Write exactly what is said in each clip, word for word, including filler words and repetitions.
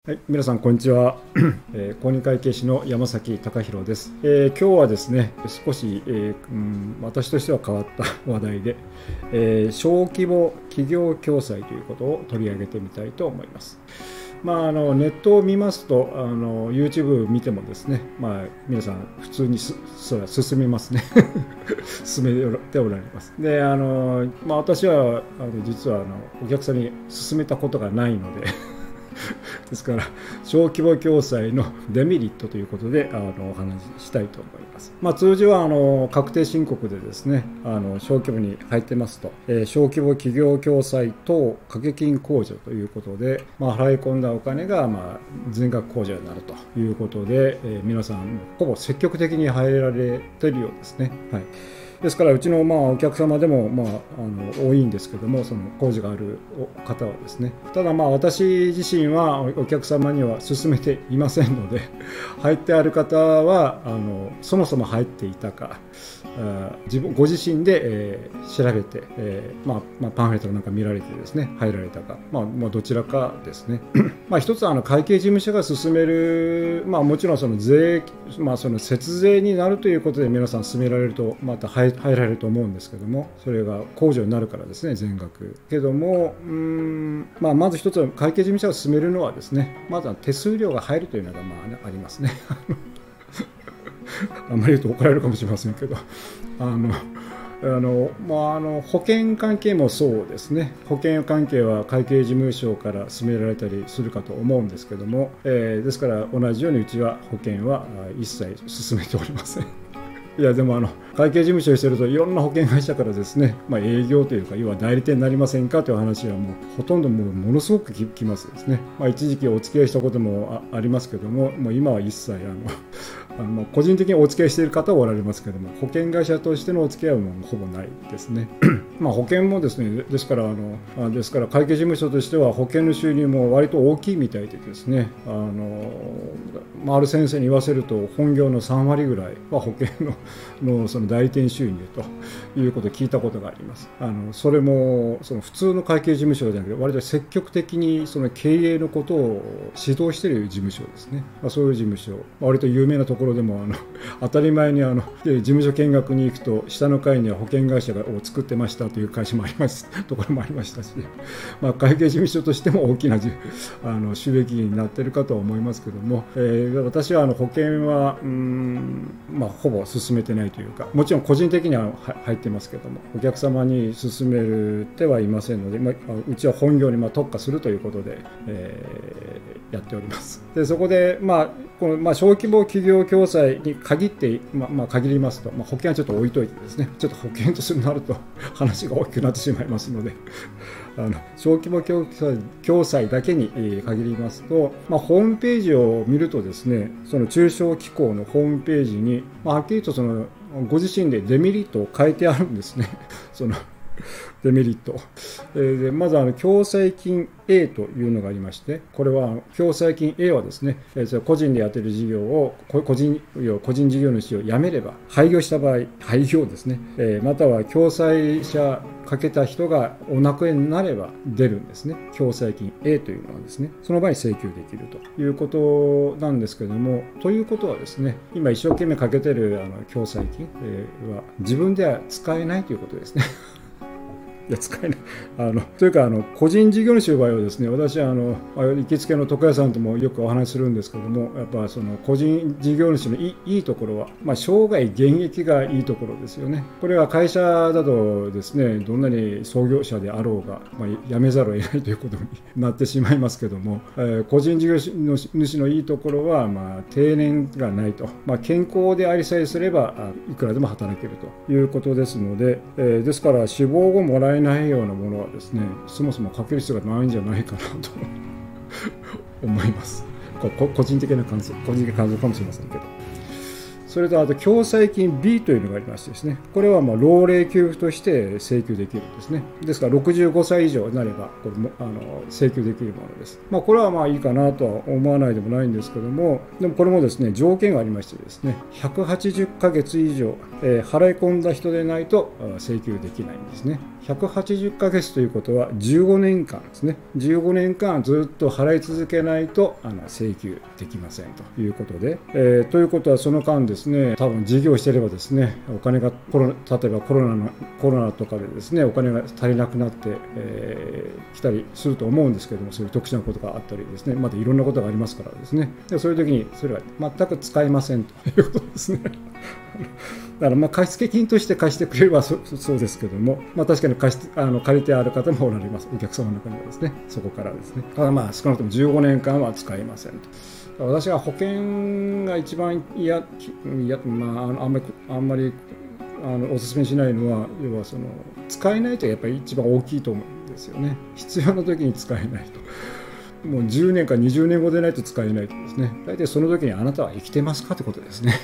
はい、皆さんこんにちは、えー、公認会計士の山崎隆弘です。えー、今日はですね少し、えーうん、私としては変わった話題で、えー、小規模企業共済ということを取り上げてみたいと思います。まあ、あのネットを見ますとあの YouTube 見てもですね、まあ、皆さん普通にすそれは進めますね進めておられます。であの、まあ、私はあの実はあのお客さんに勧めたことがないのでですから小規模共済のデメリットということであのお話ししたいと思います。まあ、通常はあの確定申告でですねあの小規模に入ってますと、えー、小規模企業共済等掛け金控除ということで、まあ、払い込んだお金がまあ全額控除になるということで、えー、皆さんほぼ積極的に入られているようですね。はい、ですからうちのまあお客様でもまああの多いんですけども、その控除がある方はですね、ただまあ私自身はお客様には勧めていませんので入ってある方はあのそもそも入っていたか、自分ご自身で、えー、調べて、えーまあまあ、パンフレットなんか見られてですね入られたか、まあ、まあどちらかですねまあ一つはあの会計事務所が進める、まあ、もちろんその税、まあ、その節税になるということで皆さん進められるとまた入入られると思うんですけども、それが控除になるからですね全額けどもうーん、まあ、まず一つは会計事務所が進めるのはですね、まずは手数料が入るというのがまあありますねあんまり言うと怒られるかもしれませんけど、あのあのまあ、あの保険関係もそうですね。保険関係は会計事務所から進められたりするかと思うんですけども、えー、ですから同じようにうちは保険は一切進めておりませんいやでもあの会計事務所にしてるといろんな保険会社からですね、まあ、営業というか要は代理店になりませんかという話はもうほとんどもうものすごくきますですね。まあ、一時期お付き合いしたことも あ, ありますけども、もう今は一切あのあの個人的にお付き合いしている方はおられますけども、保険会社としてのお付き合いはもうほぼないですねまあ保険もですね、ですからあのですから会計事務所としては保険の収入も割と大きいみたいでですね、あの、まあ、ある先生に言わせると本業のさんわりぐらいは保険ののその代理店収入ということを聞いたことがあります。あのそれもその普通の会計事務所じゃなくて割と積極的にその経営のことを指導している事務所ですね。まあ、そういう事務所、割と有名なところでもあの当たり前にあの事務所見学に行くと下の階には保険会社を作ってましたという会社もありますところもありましたし、まあ、会計事務所としても大きなあの収益になっているかとは思いますけども、えー、私はあの保険はうーん、まあ、ほぼ進めてないというか、もちろん個人的には入ってますけどもお客様に勧めるてはいませんので、まあ、うちは本業にまあ特化するということで、えー、やっております。でそこで、まあこのまあ、小規模企業共済に限って、まあまあ、限りますと、まあ、保険はちょっと置いといてですね、ちょっと保険とするなると話が大きくなってしまいますのであの小規模共済、共済だけに限りますと、まあ、ホームページを見るとですね、その中小機構のホームページに、まあ、はっきりとそのご自身でデメリットを書いてあるんですねそのデメリットで、まずあの共済金 A というのがありまして、これは共済金 A はですね、個人でやっている事業を個人個人事業主を辞めれば廃業した場合、廃業ですね、または共済者かけた人がお亡くなりになれば出るんですね。共済金 A というのはですね、その場合に請求できるということなんですけども、ということはですね、今一生懸命かけているあの共済金は自分では使えないということですねいや使えないあのというかあの個人事業主の場合はですね、私はあの行きつけの床屋さんともよくお話しするんですけども、やっぱその個人事業主のい い, いいところは、まあ、生涯現役がいいところですよね。これは会社だとですね、どんなに創業者であろうが、まあ、辞めざるを得ないということになってしまいますけども、えー、個人事業主のいいところは、まあ、定年がないと、まあ、健康でありさえすればいくらでも働けるということですので、えー、ですから死亡後もらえないようなものはですね、そもそもかける必要がないんじゃないかなと思います。こ個人的な感想個人的な感想かもしれませんけど、 それとあと共済金 B というのがありましてですね、これはまあ老齢給付として請求できるんですね。ですからろくじゅうごさい以上になればこれもあの請求できるものです。まあ、これはまあいいかなとは思わないでもないんですけども、でもこれもですね条件がありましてですね、ひゃくはちじゅっかげつ以上、えー、払い込んだ人でないと請求できないんですね。ひゃくはちじゅっかげつということはじゅうごねんかんですね。じゅうごねんかんずっと払い続けないとあの請求できませんということで、えー、ということはその間ですね、多分事業していればですね、お金がコロ例えばコロナのコロナとかでですね、お金が足りなくなって、えー、来たりすると思うんですけども、そういう特殊なことがあったりですね、またいろんなことがありますからですね、でそういう時にそれは全く使えませんということですね。だからまあ貸付金として貸してくれれば そ, そうですけども、まあ、確かに貸しあの借りてある方もおられます。お客様の中にはですね、そこからですね。ただまあ少なくともじゅうごねんかんは使えませんと。私は保険が一番嫌、まあ、あんまり、あんまりあのお勧めしないのは、要はその使えないとやっぱり一番大きいと思うんですよね。必要な時に使えないと。もうじゅうねんかにじゅうねんごでないと使えないとですね。大体その時にあなたは生きてますかってことですね。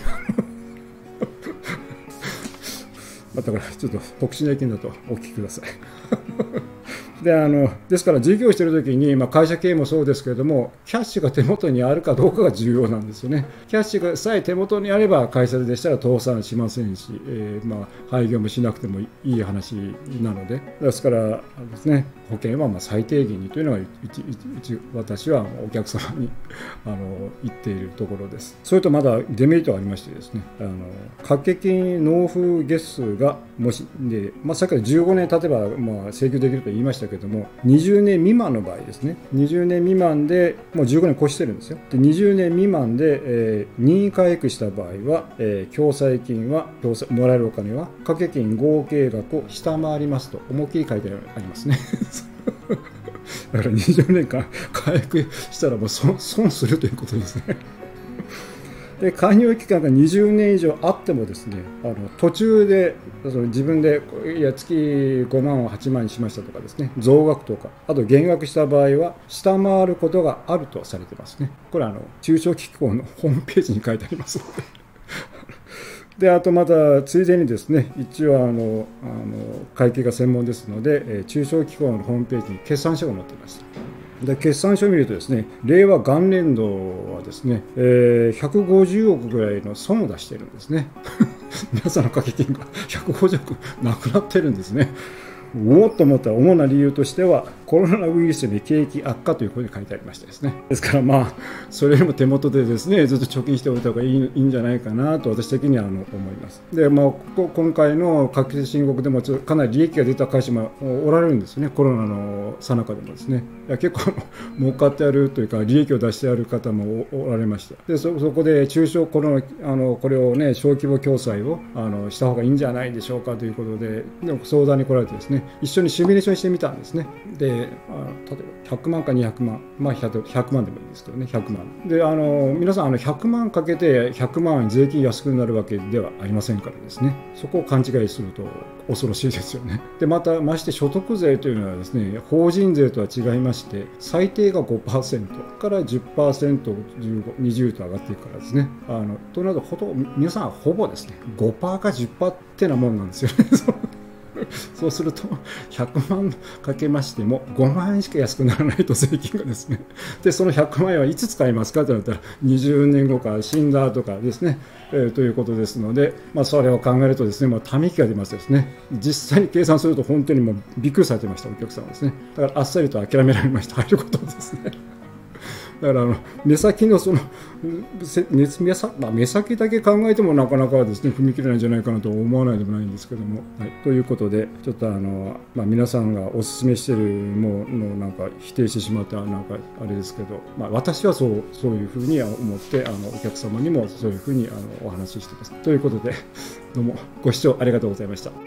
だからちょっと特殊な意見だとお聞きください。であのですから事業しているときに、まあ、会社経営もそうですけれども、キャッシュが手元にあるかどうかが重要なんですよね。キャッシュがさえ手元にあれば会社でしたら倒産しませんし、えーまあ、廃業もしなくてもいい話なので、ですからですね、保険はまあ最低限にというのが一一私はお客様にあの言っているところです。それとまだデメリットがありましてですね、あの掛け金納付月数がもしで、まあ、さっきからじゅうごねん経てばまあ請求できると言いましたけども、にじゅうねん未満の場合ですね、にじゅうねん未満でもうじゅうごねん越してるんですよ。でにじゅうねん未満で、えー、任意回復した場合は、えー、共済金は共済もらえるお金は掛け金合計額を下回りますと思いっきり書いてありますね。だからにじゅうねんかん回復したらもう損するということですね。で加入期間がにじゅうねん以上あってもですね、あの途中でその自分でいや月ごまんをはちまんにしましたとかですね、増額とかあと減額した場合は下回ることがあるとされてますね。これはあの中小機構のホームページに書いてありますので。であとまたついでにですね、一応あのあの会計が専門ですので、えー、中小機構のホームページに決算書が載っていました。で決算書を見るとですね、令和元年度はですね、えー、ひゃくごじゅうおくぐらいの損を出しているんですね。皆さんの掛け金がひゃくごじゅうおくなくなってるんですね。おおっと思ったら主な理由としてはコロナウイルスに景気悪化ということに書いてありましてですね、ですからまあそれよりも手元でですねずっと貯金しておいた方がいい、いいんじゃないかなと私的にはあの思います。でまあ今回の確定申告でもかなり利益が出た会社もおられるんですよね。コロナの最中でもですね、いや結構儲かってあるというか利益を出してある方もおられました。で そ, そこで中小このあのこれをね小規模共済をあのした方がいいんじゃないでしょうかということで、でも相談に来られてですね、一緒にシミュレーションしてみたんですね。で、あ例えばひゃくまんかにひゃくまん、まあひゃくまんでもいいですけどね、ひゃくまん。で、あの皆さんあのひゃくまんかけてひゃくまん税金安くなるわけではありませんからですね、そこを勘違いすると恐ろしいですよね。で、またまして所得税というのはですね、法人税とは違いまして、最低が ごパーセント から じゅっパーセント、じゅうご、にじゅうと上がっていくからですね、あのとなるとほと皆さんほぼですね ごパーセント か じゅっパーセント ってなもんなんですよね。そうするとひゃくまんかけましてもごまんえんしか安くならないと税金がですね、でそのひゃくまんえんはいつ使いますかとなったらにじゅうねんごか死んだとかですね、えー、ということですので、まあ、それを考えるとですね、まあ、ため息が出ますですね。実際に計算すると本当にもうびっくりされてました、お客さんはですね。だからあっさりと諦められました、入ることですね。だからあの目先のその目先、まあ、目先だけ考えてもなかなかですね踏み切れないんじゃないかなと思わないでもないんですけども、はい、ということでちょっとあの、まあ、皆さんがお勧めしているものをなんか否定してしまったなんかあれですけど、まあ、私はそうそういうふうに思ってあのお客様にもそういうふうにあのお話ししてます。ということでどうもご視聴ありがとうございました。